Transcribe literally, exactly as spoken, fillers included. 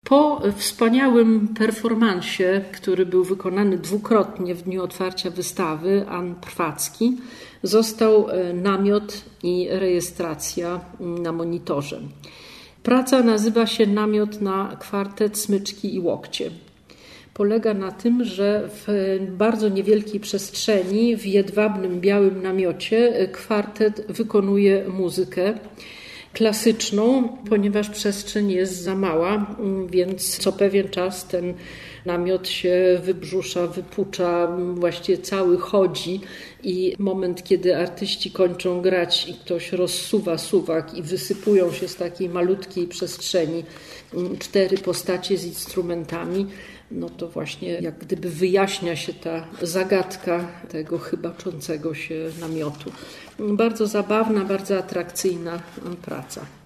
Po wspaniałym performansie, który był wykonany dwukrotnie w dniu otwarcia wystawy Ann Prwacki, został namiot i rejestracja na monitorze. Praca nazywa się Namiot na kwartet, smyczki i łokcie. Polega na tym, że w bardzo niewielkiej przestrzeni, w jedwabnym białym namiocie kwartet wykonuje muzykę klasyczną, ponieważ przestrzeń jest za mała, więc co pewien czas ten namiot się wybrzusza, wypucza, właściwie cały chodzi i moment, kiedy artyści kończą grać i ktoś rozsuwa suwak i wysypują się z takiej malutkiej przestrzeni cztery postacie z instrumentami, no to właśnie jak gdyby wyjaśnia się ta zagadka tego chybaczącego się namiotu. Bardzo zabawna, bardzo atrakcyjna praca.